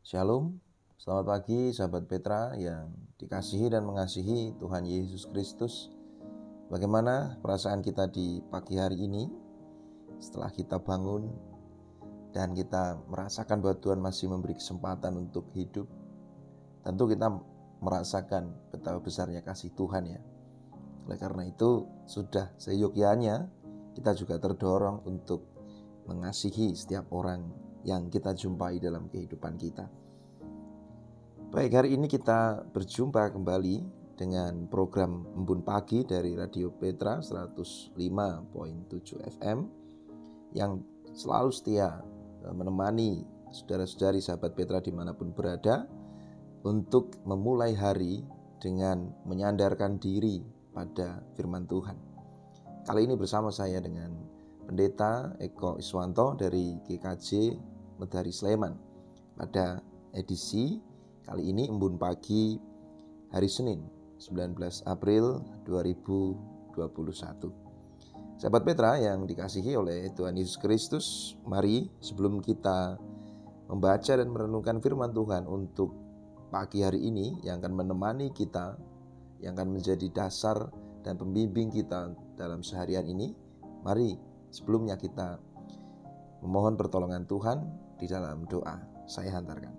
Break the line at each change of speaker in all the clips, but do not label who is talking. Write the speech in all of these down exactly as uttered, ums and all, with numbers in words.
Shalom, selamat pagi sahabat Petra yang dikasihi dan mengasihi Tuhan Yesus Kristus. Bagaimana perasaan kita di pagi hari ini setelah kita bangun dan kita merasakan bahwa Tuhan masih memberi kesempatan untuk hidup? Tentu kita merasakan betapa besarnya kasih Tuhan ya. Oleh karena itu sudah seyogyanya kita juga terdorong untuk mengasihi setiap orang yang kita jumpai dalam kehidupan kita. Baik, hari ini kita berjumpa kembali dengan program Embun Pagi dari Radio Petra seratus lima koma tujuh F M yang selalu setia menemani saudara-saudari sahabat Petra dimanapun berada untuk memulai hari dengan menyandarkan diri pada firman Tuhan. Kali ini bersama saya dengan Pendeta Eko Iswanto dari G K J Medari Sleman pada edisi kali ini Embun Pagi hari Senin sembilan belas April dua ribu dua puluh satu. Sahabat Petra yang dikasihi oleh Tuhan Yesus Kristus, mari sebelum kita membaca dan merenungkan firman Tuhan untuk pagi hari ini yang akan menemani kita, yang akan menjadi dasar dan pembimbing kita dalam seharian ini, mari sebelumnya kita memohon pertolongan Tuhan di dalam doa. Saya hantarkan.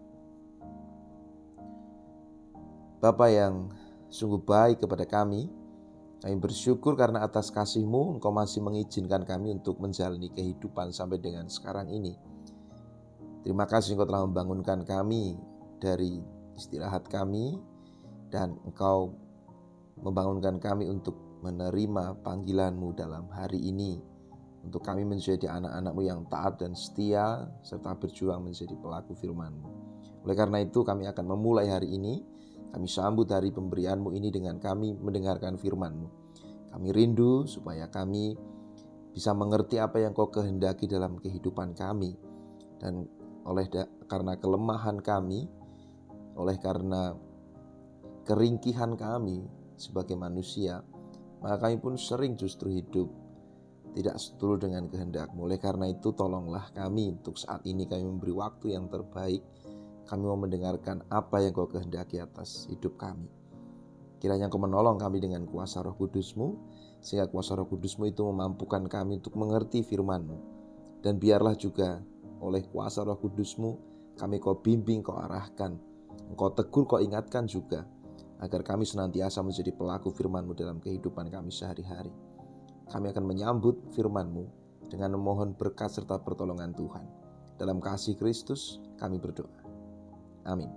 Bapa yang sungguh baik kepada kami, kami bersyukur karena atas kasih-Mu Engkau masih mengizinkan kami untuk menjalani kehidupan sampai dengan sekarang ini. Terima kasih Engkau telah membangunkan kami dari istirahat kami, dan Engkau membangunkan kami untuk menerima panggilan-Mu dalam hari ini, untuk kami menjadi anak-anak-Mu yang taat dan setia serta berjuang menjadi pelaku firman-Mu. Oleh karena itu kami akan memulai hari ini. Kami sambut hari pemberian-Mu ini dengan kami mendengarkan firman-Mu. Kami rindu supaya kami bisa mengerti apa yang Kau kehendaki dalam kehidupan kami. Dan oleh da- karena kelemahan kami, oleh karena keringkihan kami sebagai manusia, maka kami pun sering justru hidup tidak seturut dengan kehendak-Mu. Oleh karena itu tolonglah kami untuk saat ini kami memberi waktu yang terbaik. Kami mau mendengarkan apa yang Kau kehendaki atas hidup kami. Kiranya Kau menolong kami dengan kuasa Roh Kudus-Mu, sehingga kuasa Roh Kudus-Mu itu memampukan kami untuk mengerti firman-Mu. Dan biarlah juga oleh kuasa Roh Kudus-Mu kami Kau bimbing, Kau arahkan, Engkau tegur, Kau ingatkan juga, agar kami senantiasa menjadi pelaku firman-Mu dalam kehidupan kami sehari-hari. Kami akan menyambut firman-Mu dengan memohon berkat serta pertolongan Tuhan. Dalam kasih Kristus kami berdoa. Amin.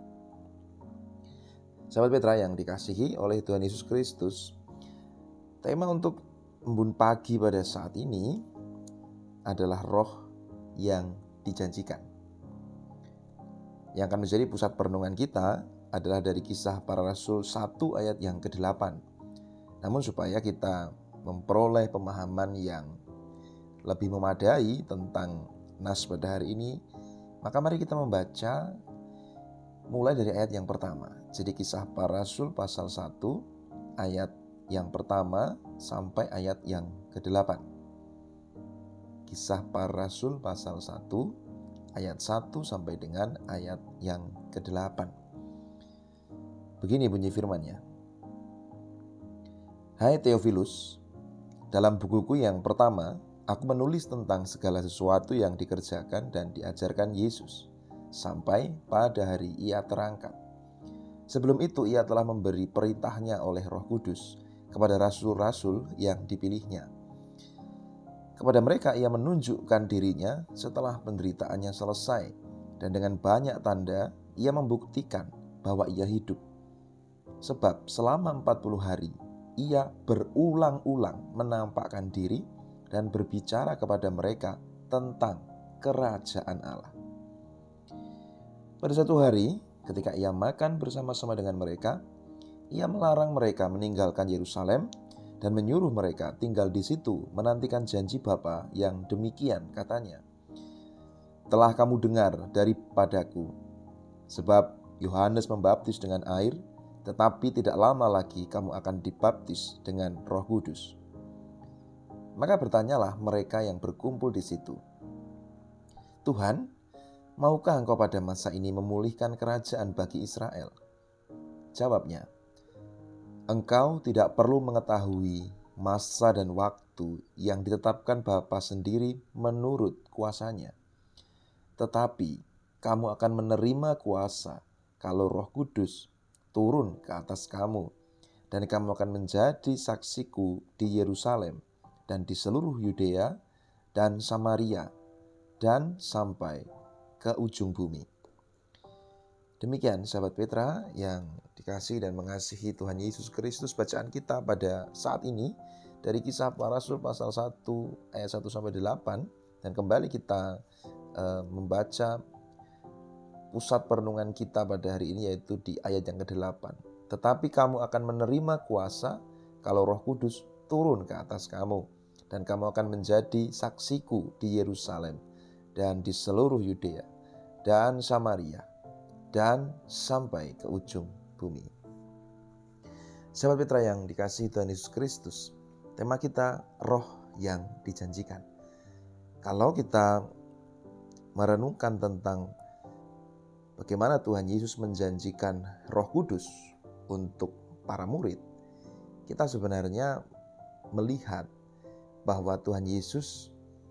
Sahabat Petra yang dikasihi oleh Tuhan Yesus Kristus, tema untuk Embun Pagi pada saat ini adalah roh yang dijanjikan. Yang akan menjadi pusat perenungan kita adalah dari Kisah Para Rasul satu ayat yang kedelapan. Namun supaya kita memperoleh pemahaman yang lebih memadai tentang nas pada hari ini, maka mari kita membaca mulai dari ayat yang pertama. Jadi Kisah Para Rasul pasal satu ayat yang pertama sampai ayat yang kedelapan. Kisah Para Rasul pasal satu ayat satu sampai dengan ayat yang kedelapan. Begini bunyi firman-Nya. Hai Theophilus, dalam bukuku yang pertama aku menulis tentang segala sesuatu yang dikerjakan dan diajarkan Yesus sampai pada hari Ia terangkat. Sebelum itu Ia telah memberi perintahnya oleh Roh Kudus kepada rasul-rasul yang dipilihnya. Kepada mereka Ia menunjukkan dirinya setelah penderitaannya selesai, dan dengan banyak tanda Ia membuktikan bahwa Ia hidup. Sebab selama empat puluh hari Ia berulang-ulang menampakkan diri dan berbicara kepada mereka tentang kerajaan Allah. Pada satu hari, ketika Ia makan bersama-sama dengan mereka, Ia melarang mereka meninggalkan Yerusalem dan menyuruh mereka tinggal di situ menantikan janji Bapa yang demikian katanya. Telah kamu dengar daripadaku, sebab Yohanes membaptis dengan air, tetapi tidak lama lagi kamu akan dibaptis dengan Roh Kudus. Maka bertanyalah mereka yang berkumpul di situ, Tuhan, maukah engkau pada masa ini memulihkan kerajaan bagi Israel? Jawabnya, engkau tidak perlu mengetahui masa dan waktu yang ditetapkan Bapa sendiri menurut kuasanya. Tetapi kamu akan menerima kuasa kalau Roh Kudus turun ke atas kamu, dan kamu akan menjadi saksiku di Yerusalem dan di seluruh Yudea dan Samaria dan sampai ke ujung bumi. Demikian sahabat Petra yang dikasihi dan mengasihi Tuhan Yesus Kristus, bacaan kita pada saat ini dari Kisah Para Rasul pasal satu ayat satu sampai delapan, dan kembali kita uh, membaca pusat perenungan kita pada hari ini yaitu di ayat yang kedelapan. Tetapi kamu akan menerima kuasa kalau Roh Kudus turun ke atas kamu, dan kamu akan menjadi saksiku di Yerusalem dan di seluruh Yudea dan Samaria dan sampai ke ujung bumi. Sahabat Petra yang dikasihi Tuhan Yesus Kristus, tema kita roh yang dijanjikan. Kalau kita merenungkan tentang bagaimana Tuhan Yesus menjanjikan Roh Kudus untuk para murid, kita sebenarnya melihat bahwa Tuhan Yesus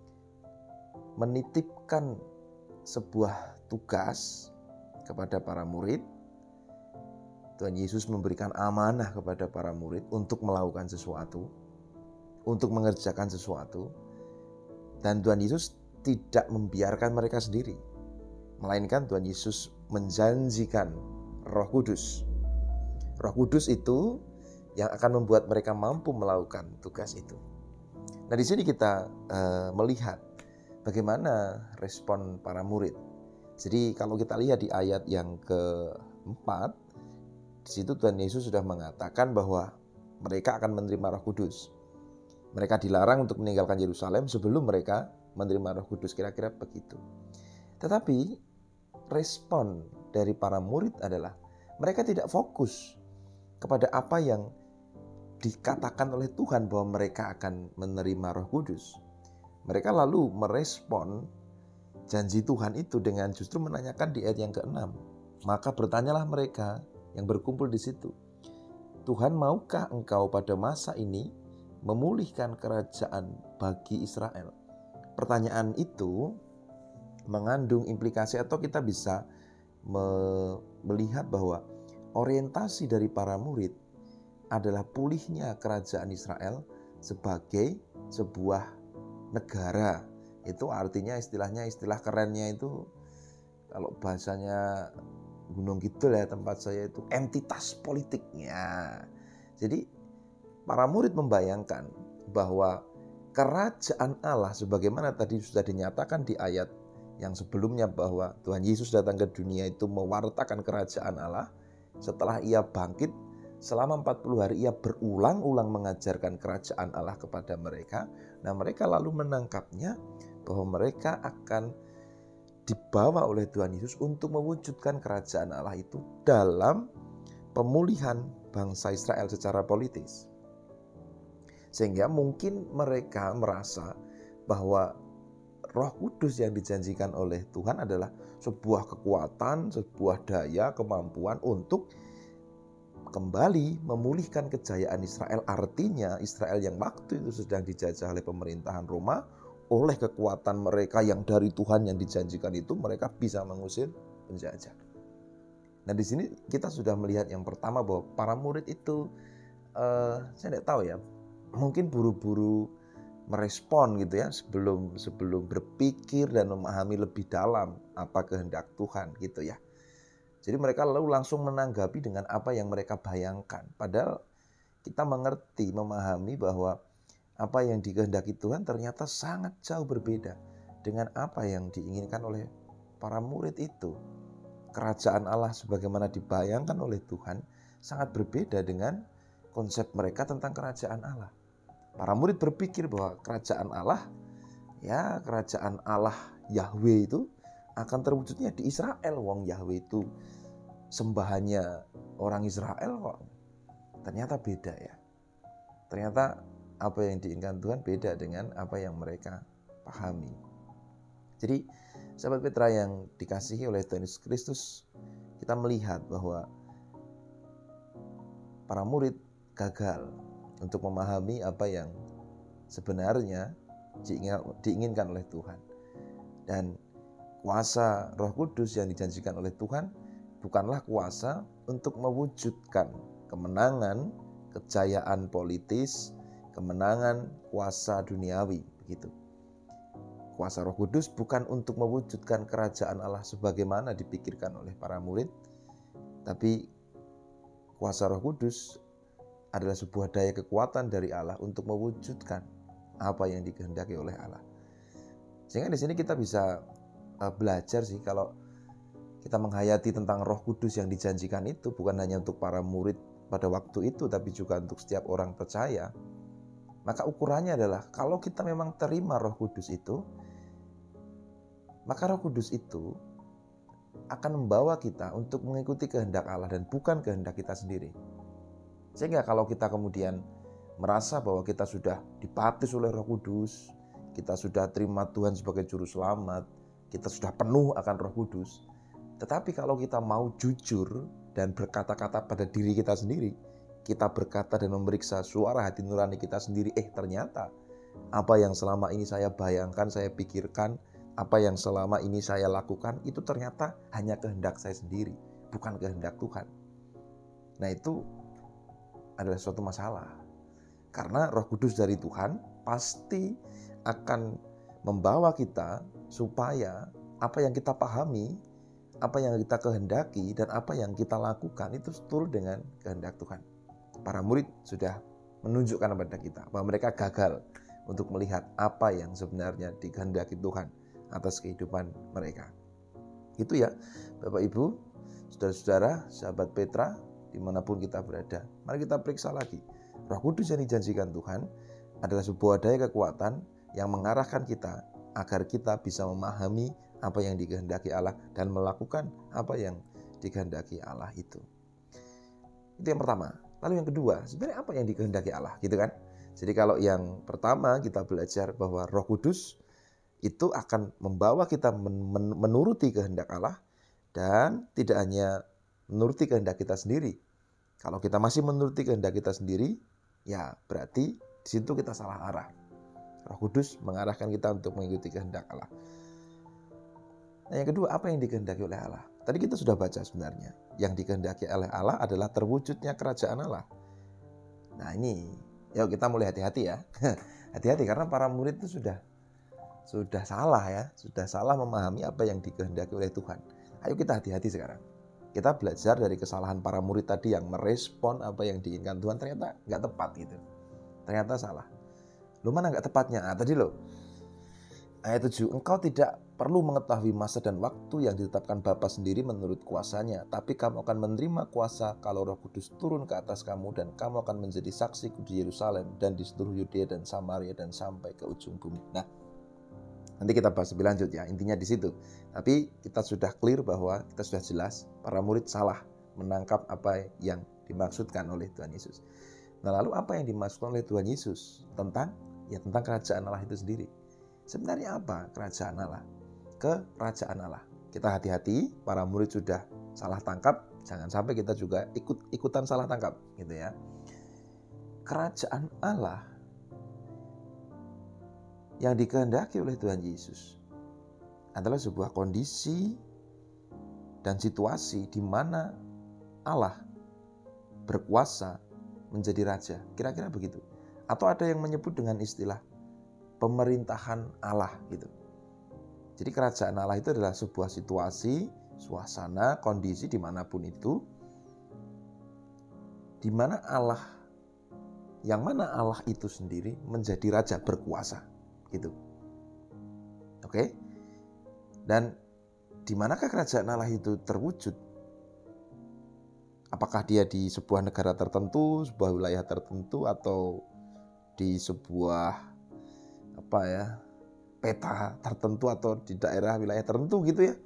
menitipkan sebuah tugas kepada para murid. Tuhan Yesus memberikan amanah kepada para murid untuk melakukan sesuatu, untuk mengerjakan sesuatu, dan Tuhan Yesus tidak membiarkan mereka sendiri, melainkan Tuhan Yesus menjanjikan Roh Kudus. Roh Kudus itu yang akan membuat mereka mampu melakukan tugas itu. Nah, di sini kita uh, melihat bagaimana respon para murid. Jadi kalau kita lihat di ayat yang keempat, di situ Tuhan Yesus sudah mengatakan bahwa mereka akan menerima Roh Kudus. Mereka dilarang untuk meninggalkan Yerusalem sebelum mereka menerima Roh Kudus, kira-kira begitu. Tetapi respon dari para murid adalah mereka tidak fokus kepada apa yang dikatakan oleh Tuhan bahwa mereka akan menerima Roh Kudus. Mereka lalu merespon janji Tuhan itu dengan justru menanyakan di ayat yang keenam. Maka bertanyalah mereka yang berkumpul di situ, Tuhan, maukah engkau pada masa ini memulihkan kerajaan bagi Israel? Pertanyaan itu mengandung implikasi, atau kita bisa me- melihat bahwa orientasi dari para murid adalah pulihnya kerajaan Israel sebagai sebuah negara. Itu artinya istilahnya, istilah kerennya itu kalau bahasanya Gunung Kidul ya tempat saya itu, entitas politiknya. Jadi para murid membayangkan bahwa kerajaan Allah sebagaimana tadi sudah dinyatakan di ayat yang sebelumnya bahwa Tuhan Yesus datang ke dunia itu mewartakan kerajaan Allah. Setelah ia bangkit selama empat puluh hari ia berulang-ulang mengajarkan kerajaan Allah kepada mereka. Nah, mereka lalu menangkapnya bahwa mereka akan dibawa oleh Tuhan Yesus untuk mewujudkan kerajaan Allah itu dalam pemulihan bangsa Israel secara politis. Sehingga mungkin mereka merasa bahwa Roh Kudus yang dijanjikan oleh Tuhan adalah sebuah kekuatan, sebuah daya, kemampuan untuk kembali memulihkan kejayaan Israel. Artinya Israel yang waktu itu sedang dijajah oleh pemerintahan Roma, oleh kekuatan mereka yang dari Tuhan yang dijanjikan itu, mereka bisa mengusir penjajah. Nah, di sini kita sudah melihat yang pertama bahwa para murid itu, uh, saya tidak tahu ya, mungkin buru-buru merespon gitu ya, sebelum sebelum berpikir dan memahami lebih dalam apa kehendak Tuhan gitu ya. Jadi mereka lalu langsung menanggapi dengan apa yang mereka bayangkan. Padahal kita mengerti, memahami bahwa apa yang dikehendaki Tuhan ternyata sangat jauh berbeda dengan apa yang diinginkan oleh para murid itu. Kerajaan Allah sebagaimana dibayangkan oleh Tuhan sangat berbeda dengan konsep mereka tentang kerajaan Allah. Para murid berpikir bahwa kerajaan Allah, ya kerajaan Allah Yahweh itu akan terwujudnya di Israel. Wong Yahweh itu sembahannya orang Israel kok. Ternyata beda ya. Ternyata apa yang diinginkan Tuhan beda dengan apa yang mereka pahami. Jadi Sahabat Petra yang dikasihi oleh Tuhan Yesus Kristus, kita melihat bahwa para murid gagal untuk memahami apa yang sebenarnya diinginkan oleh Tuhan. Dan kuasa Roh Kudus yang dijanjikan oleh Tuhan bukanlah kuasa untuk mewujudkan kemenangan, kejayaan politis, kemenangan kuasa duniawi, begitu. Kuasa Roh Kudus bukan untuk mewujudkan kerajaan Allah sebagaimana dipikirkan oleh para murid, tapi kuasa Roh Kudus adalah sebuah daya kekuatan dari Allah untuk mewujudkan apa yang dikehendaki oleh Allah. Sehingga di sini kita bisa uh, belajar sih, kalau kita menghayati tentang Roh Kudus yang dijanjikan itu bukan hanya untuk para murid pada waktu itu, tapi juga untuk setiap orang percaya. Maka ukurannya adalah kalau kita memang terima Roh Kudus itu, maka Roh Kudus itu akan membawa kita untuk mengikuti kehendak Allah dan bukan kehendak kita sendiri. Sehingga kalau kita kemudian merasa bahwa kita sudah dibaptis oleh Roh Kudus, kita sudah terima Tuhan sebagai juru selamat, kita sudah penuh akan Roh Kudus, tetapi kalau kita mau jujur dan berkata-kata pada diri kita sendiri, kita berkata dan memeriksa suara hati nurani kita sendiri, eh ternyata apa yang selama ini saya bayangkan, saya pikirkan, apa yang selama ini saya lakukan, itu ternyata hanya kehendak saya sendiri, bukan kehendak Tuhan. Nah, itu adalah suatu masalah. Karena Roh Kudus dari Tuhan pasti akan membawa kita supaya apa yang kita pahami, apa yang kita kehendaki, dan apa yang kita lakukan itu seturut dengan kehendak Tuhan. Para murid sudah menunjukkan kepada kita bahwa mereka gagal untuk melihat apa yang sebenarnya dikehendaki Tuhan atas kehidupan mereka. Itu ya Bapak Ibu, saudara-saudara, sahabat Petra, dimanapun kita berada. Mari kita periksa lagi. Roh Kudus yang dijanjikan Tuhan adalah sebuah daya kekuatan yang mengarahkan kita agar kita bisa memahami apa yang dikehendaki Allah dan melakukan apa yang dikehendaki Allah itu. Itu yang pertama. Lalu yang kedua, sebenarnya apa yang dikehendaki Allah, gitu kan? Jadi kalau yang pertama kita belajar bahwa Roh Kudus itu akan membawa kita men- men- menuruti kehendak Allah dan tidak hanya menuruti kehendak kita sendiri. Kalau kita masih menuruti kehendak kita sendiri, ya berarti di situ kita salah arah. Roh Kudus mengarahkan kita untuk mengikuti kehendak Allah. Nah, yang kedua, apa yang dikehendaki oleh Allah? Tadi kita sudah baca sebenarnya. Yang dikehendaki oleh Allah adalah terwujudnya kerajaan Allah. Nah ini, yuk kita mulai hati-hati ya. Hati-hati karena para murid itu sudah sudah salah ya, sudah salah memahami apa yang dikehendaki oleh Tuhan. Ayo kita hati-hati sekarang. Kita belajar dari kesalahan para murid tadi yang merespon apa yang diinginkan Tuhan ternyata nggak tepat gitu. Ternyata salah. Lu mana nggak tepatnya? Ah, tadi loh. Ayat tujuh, engkau tidak perlu mengetahui masa dan waktu yang ditetapkan Bapa sendiri menurut kuasanya, tapi kamu akan menerima kuasa kalau Roh Kudus turun ke atas kamu dan kamu akan menjadi saksi di Yerusalem dan di seluruh Yudea dan Samaria dan sampai ke ujung bumi. Nah, nanti kita bahas lebih lanjut ya, intinya di situ. Tapi kita sudah clear bahwa kita sudah jelas para murid salah menangkap apa yang dimaksudkan oleh Tuhan Yesus. Nah, lalu apa yang dimaksudkan oleh Tuhan Yesus tentang ya tentang kerajaan Allah itu sendiri. Sebenarnya apa kerajaan Allah? Kerajaan Allah. Kita hati-hati, para murid sudah salah tangkap, jangan sampai kita juga ikut-ikutan salah tangkap, gitu ya. Kerajaan Allah yang dikehendaki oleh Tuhan Yesus adalah sebuah kondisi dan situasi di mana Allah berkuasa menjadi raja. Kira-kira begitu. Atau ada yang menyebut dengan istilah pemerintahan Allah gitu. Jadi kerajaan Allah itu adalah sebuah situasi, suasana, kondisi dimanapun itu, di mana Allah, yang mana Allah itu sendiri menjadi raja berkuasa gitu. Oke? Dan di manakah kerajaan Allah itu terwujud? Apakah dia di sebuah negara tertentu, sebuah wilayah tertentu, atau di sebuah apa ya peta tertentu atau di daerah wilayah tertentu gitu ya?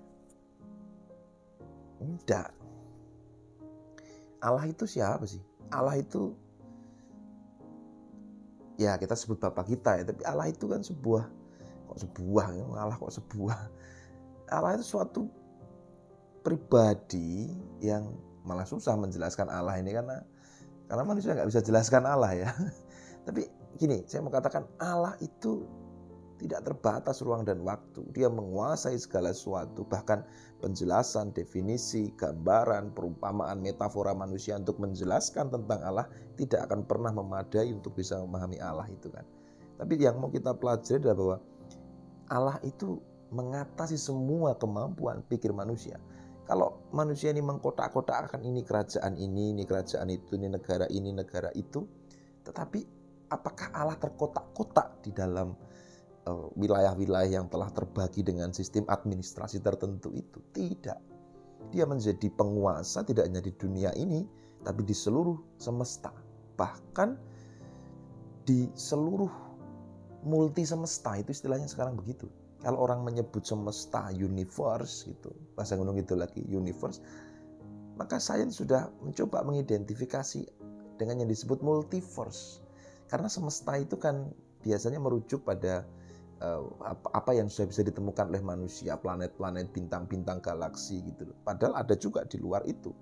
Tidak. Allah itu siapa sih? Allah itu ya kita sebut Bapa kita ya, tapi Allah itu kan sebuah kok sebuah, Allah kok sebuah. Allah itu suatu pribadi yang malah susah menjelaskan Allah ini karena karena manusia nggak bisa jelaskan Allah ya. Tapi gini, saya mau katakan Allah itu tidak terbatas ruang dan waktu. Dia menguasai segala sesuatu, bahkan penjelasan, definisi, gambaran, perumpamaan, metafora manusia untuk menjelaskan tentang Allah tidak akan pernah memadai untuk bisa memahami Allah itu kan. Tapi yang mau kita pelajari adalah bahwa Allah itu mengatasi semua kemampuan pikir manusia. Kalau manusia ini mengkotak-kotakkan ini kerajaan ini, ini kerajaan itu, ini negara ini, negara itu, tetapi apakah Allah terkotak-kotak di dalam uh, wilayah-wilayah yang telah terbagi dengan sistem administrasi tertentu itu? Tidak. Dia menjadi penguasa tidak hanya di dunia ini, tapi di seluruh semesta. Bahkan di seluruh multi semesta, itu istilahnya sekarang begitu. Kalau orang menyebut semesta, universe gitu, bahasa gunung itu lagi, universe, maka sains sudah mencoba mengidentifikasi dengan yang disebut multiverse. Karena semesta itu kan biasanya merujuk pada uh, apa, apa yang sudah bisa ditemukan oleh manusia, planet-planet, bintang-bintang, galaksi gitu. Padahal ada juga di luar itu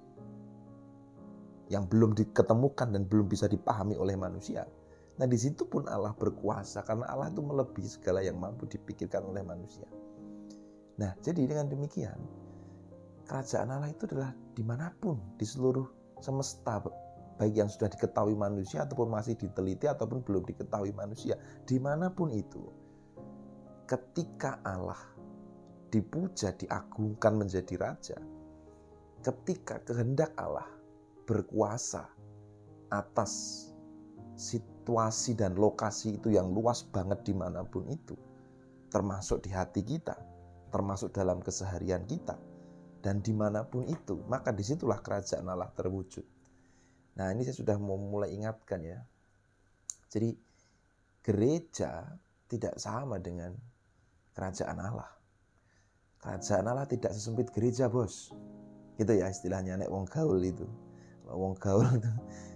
yang belum diketemukan dan belum bisa dipahami oleh manusia. Nah di situ pun Allah berkuasa karena Allah itu melebihi segala yang mampu dipikirkan oleh manusia. Nah jadi dengan demikian kerajaan Allah itu adalah dimanapun di seluruh semesta, baik yang sudah diketahui manusia ataupun masih diteliti ataupun belum diketahui manusia, dimanapun itu. Ketika Allah dipuja, diagungkan menjadi raja, ketika kehendak Allah berkuasa atas situasi dan lokasi itu yang luas banget dimanapun itu, termasuk di hati kita, termasuk dalam keseharian kita, dan dimanapun itu, maka disitulah kerajaan Allah terwujud. Nah ini saya sudah mau mulai ingatkan ya. Jadi gereja tidak sama dengan kerajaan Allah. Kerajaan Allah tidak sesempit gereja bos. Gitu ya istilahnya, nek wong gaul itu. Wong gaul itu,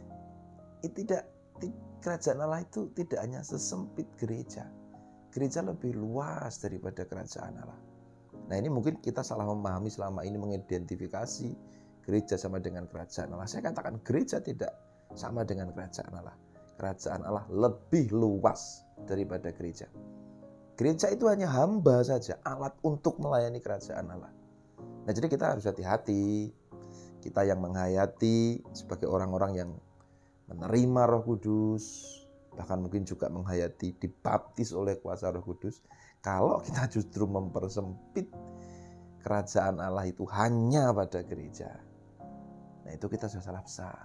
itu tidak, kerajaan Allah itu tidak hanya sesempit gereja. Gereja lebih luas daripada kerajaan Allah. Nah ini mungkin kita salah memahami selama ini, mengidentifikasi gereja sama dengan kerajaan Allah. Saya katakan gereja tidak sama dengan kerajaan Allah. Kerajaan Allah lebih luas daripada gereja. Gereja itu hanya hamba saja, alat untuk melayani kerajaan Allah. Nah jadi kita harus hati-hati. Kita yang menghayati sebagai orang-orang yang menerima Roh Kudus, bahkan mungkin juga menghayati dibaptis oleh kuasa Roh Kudus. Kalau kita justru mempersempit kerajaan Allah itu hanya pada gereja, nah itu kita sudah salah besar.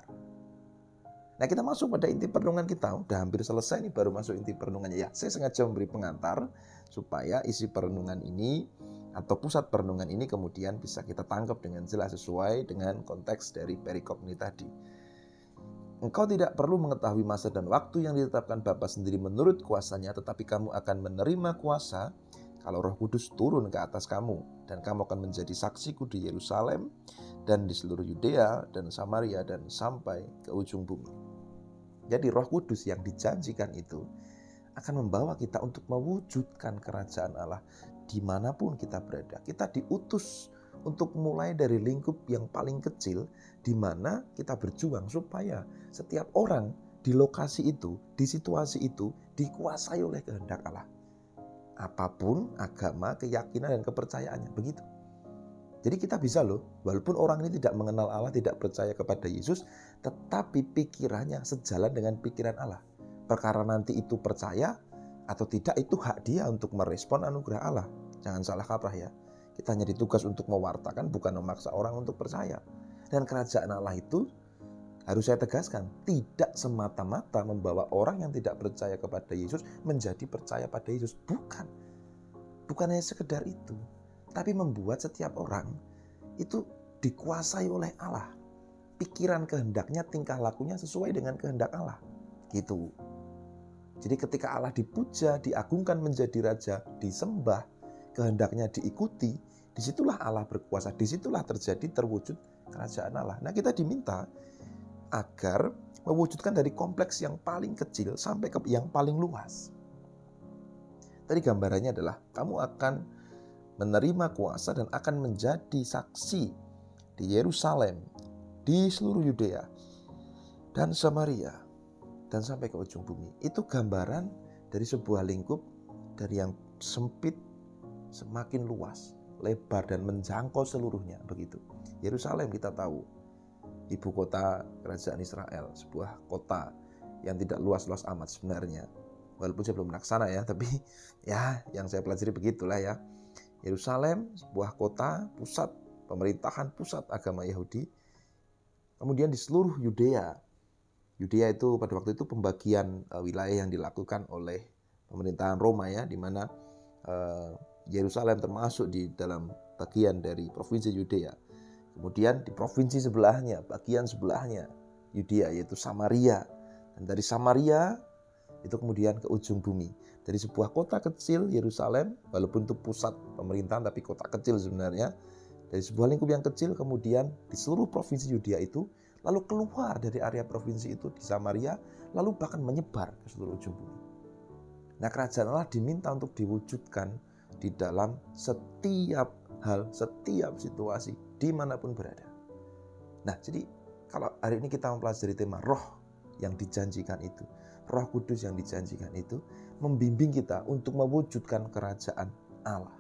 Nah kita masuk pada inti perenungan kita, udah hampir selesai nih, baru masuk inti perenungannya. Ya, saya sengaja memberi pengantar supaya isi perenungan ini atau pusat perenungan ini kemudian bisa kita tangkap dengan jelas sesuai dengan konteks dari perikop ini tadi. Engkau tidak perlu mengetahui masa dan waktu yang ditetapkan Bapa sendiri menurut kuasanya, tetapi kamu akan menerima kuasa kalau Roh Kudus turun ke atas kamu, dan kamu akan menjadi saksiku di Yerusalem dan di seluruh Yudea dan Samaria dan sampai ke ujung bumi. Jadi Roh Kudus yang dijanjikan itu akan membawa kita untuk mewujudkan kerajaan Allah dimanapun kita berada. Kita diutus untuk mulai dari lingkup yang paling kecil, di mana kita berjuang supaya setiap orang di lokasi itu, di situasi itu dikuasai oleh kehendak Allah. Apapun agama, keyakinan, dan kepercayaannya, begitu. Jadi kita bisa loh, walaupun orang ini tidak mengenal Allah, tidak percaya kepada Yesus, tetapi pikirannya sejalan dengan pikiran Allah. Perkara nanti itu percaya atau tidak, itu hak dia untuk merespon anugerah Allah. Jangan salah kaprah ya. Kita hanya ditugas untuk mewartakan, bukan memaksa orang untuk percaya. Dan kerajaan Allah itu, harus saya tegaskan, tidak semata-mata membawa orang yang tidak percaya kepada Yesus menjadi percaya pada Yesus. Bukan. Bukan hanya sekedar itu. Tapi membuat setiap orang itu dikuasai oleh Allah. Pikiran kehendaknya, tingkah lakunya sesuai dengan kehendak Allah. Gitu. Jadi ketika Allah dipuja, diagungkan menjadi raja, disembah, kehendaknya diikuti, disitulah Allah berkuasa, disitulah terjadi terwujud kerajaan Allah. Nah kita diminta agar mewujudkan dari kompleks yang paling kecil sampai ke yang paling luas. Tadi gambarannya adalah kamu akan menerima kuasa dan akan menjadi saksi di Yerusalem, di seluruh Yudea dan Samaria, dan sampai ke ujung bumi. Itu gambaran dari sebuah lingkup dari yang sempit semakin luas, lebar dan menjangkau seluruhnya. Begitu. Yerusalem kita tahu, ibu kota kerajaan Israel, sebuah kota yang tidak luas-luas amat sebenarnya. Walaupun saya belum pernah ya, tapi ya yang saya pelajari begitulah ya. Yerusalem, sebuah kota, pusat pemerintahan, pusat agama Yahudi. Kemudian di seluruh Yudea. Yudea itu pada waktu itu pembagian uh, wilayah yang dilakukan oleh pemerintahan Roma ya, di mana uh, Yerusalem termasuk di dalam bagian dari provinsi Yudea. Kemudian di provinsi sebelahnya, bagian sebelahnya Yudea yaitu Samaria. Dan dari Samaria itu kemudian ke ujung bumi. Dari sebuah kota kecil Yerusalem, walaupun itu pusat pemerintahan tapi kota kecil sebenarnya. Dari sebuah lingkup yang kecil kemudian di seluruh provinsi Yudea itu, lalu keluar dari area provinsi itu di Samaria, lalu bahkan menyebar ke seluruh ujung bumi. Nah, kerajaan Allah diminta untuk diwujudkan di dalam setiap hal, setiap situasi, dimanapun berada. Nah, jadi kalau hari ini kita mempelajari tema roh yang dijanjikan itu, Roh Kudus yang dijanjikan itu membimbing kita untuk mewujudkan kerajaan Allah.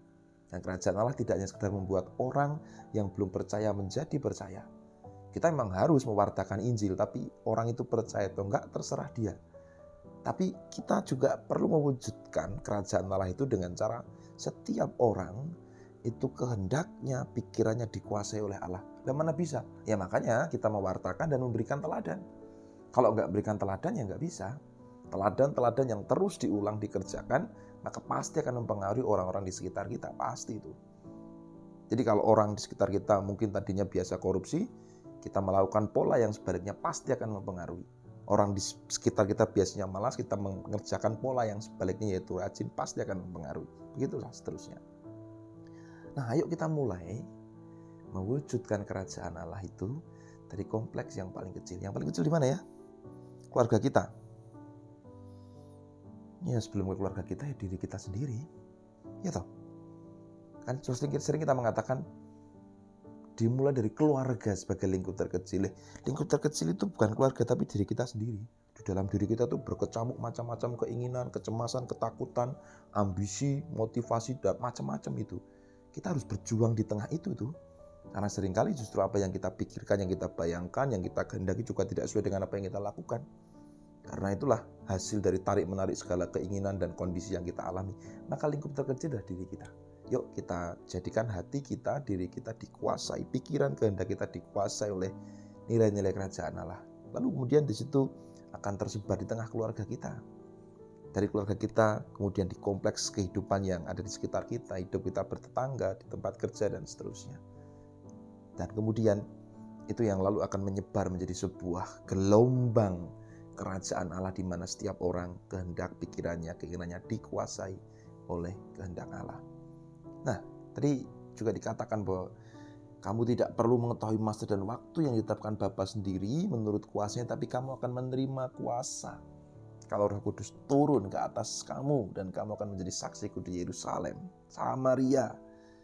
Dan kerajaan Allah tidak hanya sekedar membuat orang yang belum percaya menjadi percaya. Kita memang harus mewartakan Injil, tapi orang itu percaya atau enggak terserah dia. Tapi kita juga perlu mewujudkan kerajaan Allah itu dengan cara setiap orang itu kehendaknya, pikirannya dikuasai oleh Allah. Dan mana bisa? Ya makanya kita mewartakan dan memberikan teladan. Kalau nggak berikan teladan ya nggak bisa. Teladan-teladan yang terus diulang dikerjakan, maka pasti akan mempengaruhi orang-orang di sekitar kita. Pasti itu. Jadi kalau orang di sekitar kita mungkin tadinya biasa korupsi, kita melakukan pola yang sebaliknya pasti akan mempengaruhi. Orang di sekitar kita biasanya malas, kita mengerjakan pola yang sebaliknya yaitu rajin, pasti akan mempengaruhi. Begitulah seterusnya. Nah, ayo kita mulai mewujudkan kerajaan Allah itu dari kompleks yang paling kecil. Yang paling kecil di mana ya? Keluarga kita. Ya, sebelum ke keluarga kita ya diri kita sendiri. Ya toh. Kan sering kita mengatakan dimulai dari keluarga sebagai lingkup terkecil. Lingkup terkecil itu bukan keluarga tapi diri kita sendiri. Di dalam diri kita tuh berkecamuk macam-macam keinginan, kecemasan, ketakutan, ambisi, motivasi dan macam-macam itu. Kita harus berjuang di tengah itu tuh. Karena seringkali justru apa yang kita pikirkan, yang kita bayangkan, yang kita kehendaki juga tidak sesuai dengan apa yang kita lakukan. Karena itulah hasil dari tarik-menarik segala keinginan dan kondisi yang kita alami. Maka lingkup terkecil adalah diri kita. Yuk kita jadikan hati kita, diri kita dikuasai, pikiran kehendak kita dikuasai oleh nilai-nilai kerajaan Allah. Lalu kemudian di situ akan tersebar di tengah keluarga kita. Dari keluarga kita, kemudian di kompleks kehidupan yang ada di sekitar kita, hidup kita bertetangga, di tempat kerja, dan seterusnya. Dan kemudian itu yang lalu akan menyebar menjadi sebuah gelombang kerajaan Allah di mana setiap orang kehendak pikirannya, keinginannya dikuasai oleh kehendak Allah. Nah, tadi juga dikatakan bahwa kamu tidak perlu mengetahui masa dan waktu yang ditetapkan Bapa sendiri menurut kuasanya, tapi kamu akan menerima kuasa kalau Roh Kudus turun ke atas kamu dan kamu akan menjadi saksiku di Yerusalem, Samaria,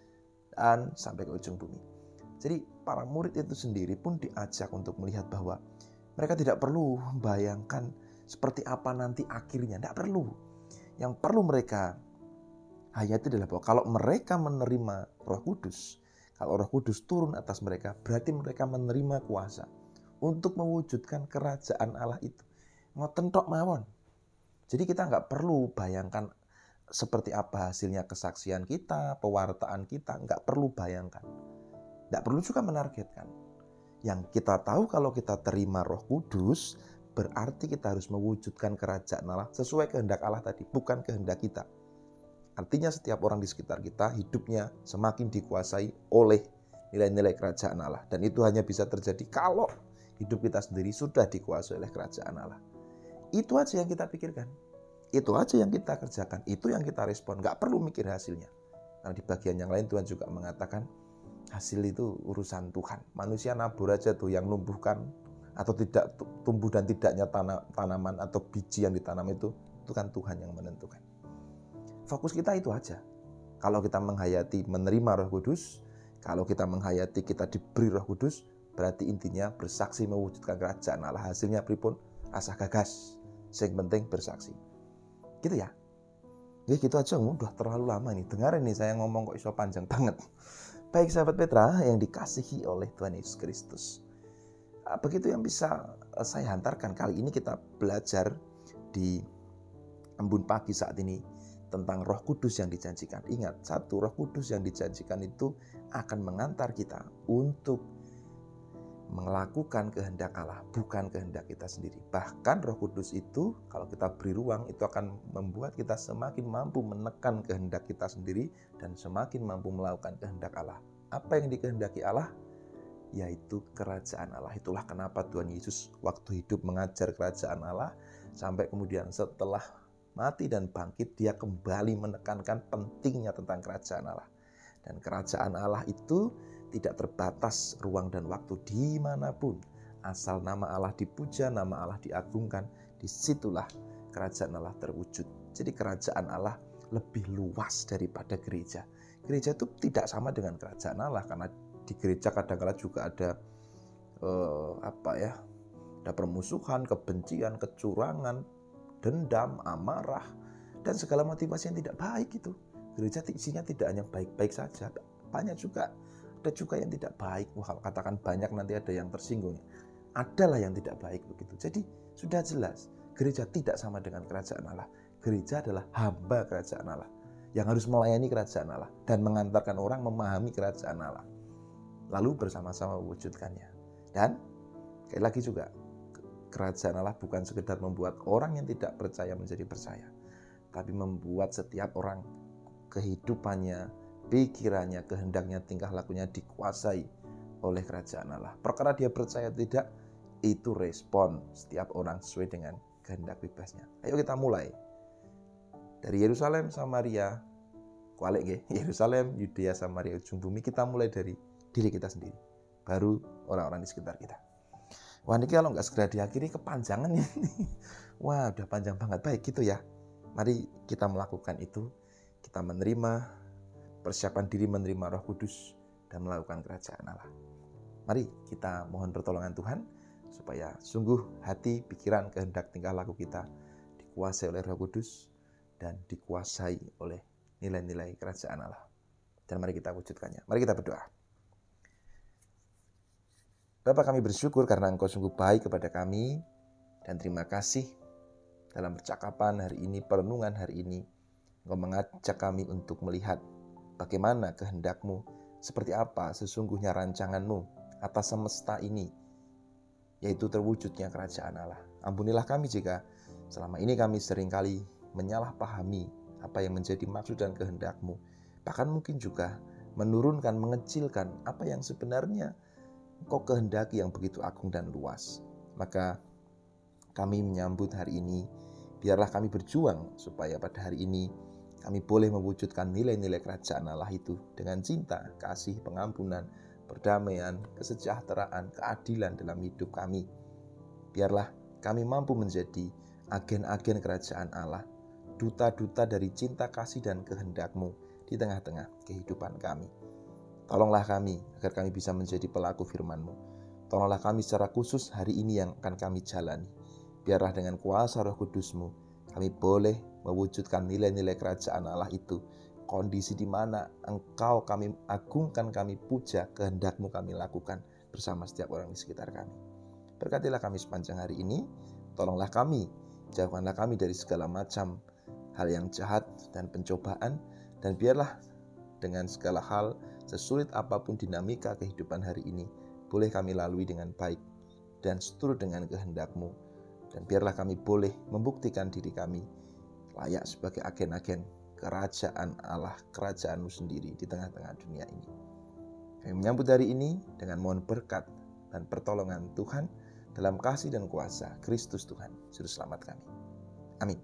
dan sampai ke ujung bumi. Jadi para murid itu sendiri pun diajak untuk melihat bahwa mereka tidak perlu membayangkan seperti apa nanti akhirnya. Tidak perlu. Yang perlu mereka hayati adalah bahwa kalau mereka menerima Roh Kudus, kalau Roh Kudus turun atas mereka, berarti mereka menerima kuasa untuk mewujudkan kerajaan Allah itu. Ngoten tok mawon. Jadi kita nggak perlu bayangkan seperti apa hasilnya kesaksian kita, pewartaan kita, nggak perlu bayangkan. Nggak perlu juga menargetkan. Yang kita tahu kalau kita terima Roh Kudus, berarti kita harus mewujudkan kerajaan Allah sesuai kehendak Allah tadi, bukan kehendak kita. Artinya setiap orang di sekitar kita hidupnya semakin dikuasai oleh nilai-nilai kerajaan Allah. Dan itu hanya bisa terjadi kalau hidup kita sendiri sudah dikuasai oleh kerajaan Allah. Itu aja yang kita pikirkan. Itu aja yang kita kerjakan. Itu yang kita respon. Gak perlu mikir hasilnya. Karena di bagian yang lain Tuhan juga mengatakan hasil itu urusan Tuhan. Manusia nabur aja tuh yang numbuhkan atau tidak tumbuh dan tidaknya tanam, tanaman atau biji yang ditanam itu, itu kan Tuhan yang menentukan. fokus kita itu aja. Kalau kita menghayati menerima Roh Kudus, kalau kita menghayati kita diberi Roh Kudus, berarti intinya bersaksi mewujudkan kerajaan Allah. Hasilnya pripun? Asah gagas. Yang penting bersaksi. Gitu ya. Ya gitu aja, udah terlalu lama nih. Dengarin nih saya ngomong kok iso panjang banget. Baik sahabat Petra yang dikasihi oleh Tuhan Yesus Kristus. Begitu yang bisa saya hantarkan. Kali ini kita belajar di Embun Pagi saat ini tentang Roh Kudus yang dijanjikan. Ingat, satu, Roh Kudus yang dijanjikan itu akan mengantar kita untuk melakukan kehendak Allah, bukan kehendak kita sendiri. Bahkan Roh Kudus itu kalau kita beri ruang, itu akan membuat kita semakin mampu menekan kehendak kita sendiri dan semakin mampu melakukan kehendak Allah. Apa yang dikehendaki Allah? Yaitu kerajaan Allah. Itulah kenapa Tuhan Yesus waktu hidup mengajar kerajaan Allah, sampai kemudian setelah mati dan bangkit, dia kembali menekankan pentingnya tentang kerajaan Allah. Dan kerajaan Allah itu tidak terbatas ruang dan waktu dimanapun. Asal nama Allah dipuja, nama Allah diagungkan, disitulah kerajaan Allah terwujud. Jadi kerajaan Allah lebih luas daripada gereja. Gereja itu tidak sama dengan kerajaan Allah, karena di gereja kadang-kala juga ada eh, apa ya, ada permusuhan, kebencian, kecurangan, dendam, amarah, dan segala motivasi yang tidak baik itu. Gereja isinya tidak hanya baik-baik saja, banyak juga, ada juga yang tidak baik. Wah, katakan banyak nanti ada yang tersinggung. Adalah yang tidak baik begitu. Jadi sudah jelas, gereja tidak sama dengan kerajaan Allah. Gereja adalah hamba kerajaan Allah yang harus melayani kerajaan Allah dan mengantarkan orang memahami kerajaan Allah, lalu bersama-sama mewujudkannya. Dan sekali lagi juga, kerajaan Allah bukan sekedar membuat orang yang tidak percaya menjadi percaya, tapi membuat setiap orang kehidupannya, pikirannya, kehendaknya, tingkah lakunya dikuasai oleh kerajaan Allah. Perkara dia percaya tidak, itu respon setiap orang sesuai dengan kehendak bebasnya. Ayo kita mulai. Dari Yerusalem, Samaria, kualik nggih, Yerusalem, Yudea, Samaria, ujung bumi, kita mulai dari diri kita sendiri. Baru orang-orang di sekitar kita. Wah, ini kalau nggak segera diakhiri kepanjangan ini. Wah, udah panjang banget. Baik, gitu ya. Mari kita melakukan itu. Kita menerima, persiapan diri menerima Roh Kudus dan melakukan kerajaan Allah. Mari kita mohon pertolongan Tuhan supaya sungguh hati, pikiran, kehendak, tingkah laku kita dikuasai oleh Roh Kudus dan dikuasai oleh nilai-nilai kerajaan Allah. Dan mari kita wujudkannya. Mari kita berdoa. Bapa, kami bersyukur karena Engkau sungguh baik kepada kami, dan terima kasih dalam percakapan hari ini, perenungan hari ini, Engkau mengajak kami untuk melihat bagaimana kehendak-Mu, seperti apa sesungguhnya rancangan-Mu atas semesta ini, yaitu terwujudnya kerajaan Allah. Ampunilah kami jika selama ini kami seringkali menyalahpahami apa yang menjadi maksud dan kehendak-Mu, bahkan mungkin juga menurunkan, mengecilkan apa yang sebenarnya Engkau kehendaki yang begitu agung dan luas. Maka kami menyambut hari ini, biarlah kami berjuang supaya pada hari ini kami boleh mewujudkan nilai-nilai kerajaan Allah itu dengan cinta, kasih, pengampunan, perdamaian, kesejahteraan, keadilan dalam hidup kami. Biarlah kami mampu menjadi agen-agen kerajaan Allah, duta-duta dari cinta, kasih, dan kehendak-Mu di tengah-tengah kehidupan kami. Tolonglah kami agar kami bisa menjadi pelaku firman-Mu. Tolonglah kami secara khusus hari ini yang akan kami jalani. Biarlah dengan kuasa Roh Kudus-Mu kami boleh mewujudkan nilai-nilai kerajaan Allah itu. Kondisi di mana Engkau kami agungkan, kami puja, kehendak-Mu kami lakukan bersama setiap orang di sekitar kami. Berkatilah kami sepanjang hari ini. Tolonglah kami, jauhkanlah kami dari segala macam hal yang jahat dan pencobaan. Dan biarlah dengan segala hal, sesulit apapun dinamika kehidupan hari ini, boleh kami lalui dengan baik dan seturut dengan kehendak-Mu. Dan biarlah kami boleh membuktikan diri kami layak sebagai agen-agen kerajaan Allah, kerajaan-Mu sendiri di tengah-tengah dunia ini. Kami menyambut hari ini dengan mohon berkat dan pertolongan Tuhan dalam kasih dan kuasa Kristus Tuhan, Juru Selamat kami. Amin.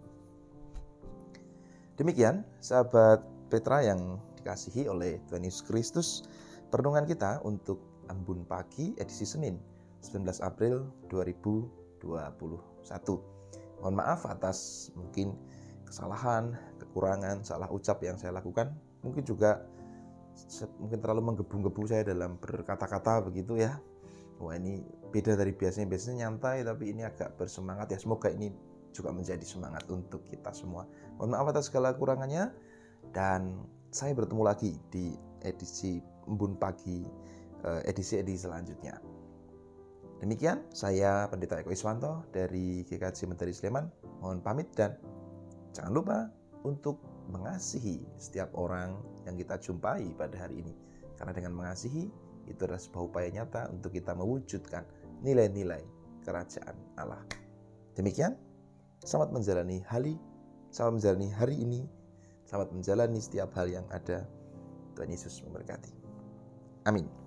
Demikian sahabat Petra yang dikasihi oleh Tuhan Yesus Kristus, perenungan kita untuk Embun Pagi edisi Senin sembilan belas April dua ribu dua puluh satu. Mohon maaf atas mungkin kesalahan, kekurangan, salah ucap yang saya lakukan. Mungkin juga mungkin terlalu menggebu-gebu saya dalam berkata-kata begitu ya. Wah, ini beda dari biasanya. Biasanya nyantai, tapi ini agak bersemangat ya. Semoga ini juga menjadi semangat untuk kita semua. Mohon maaf atas segala kekurangannya, dan saya bertemu lagi di edisi Embun Pagi, edisi-edisi selanjutnya. Demikian, saya Pendeta Eko Iswanto dari G K J Menteri Sleman. Mohon pamit, dan jangan lupa untuk mengasihi setiap orang yang kita jumpai pada hari ini. Karena dengan mengasihi, itu adalah sebuah upaya nyata untuk kita mewujudkan nilai-nilai kerajaan Allah. Demikian, selamat menjalani hari, selamat menjalani hari ini, selamat menjalani setiap hal yang ada. Tuhan Yesus memberkati. Amin.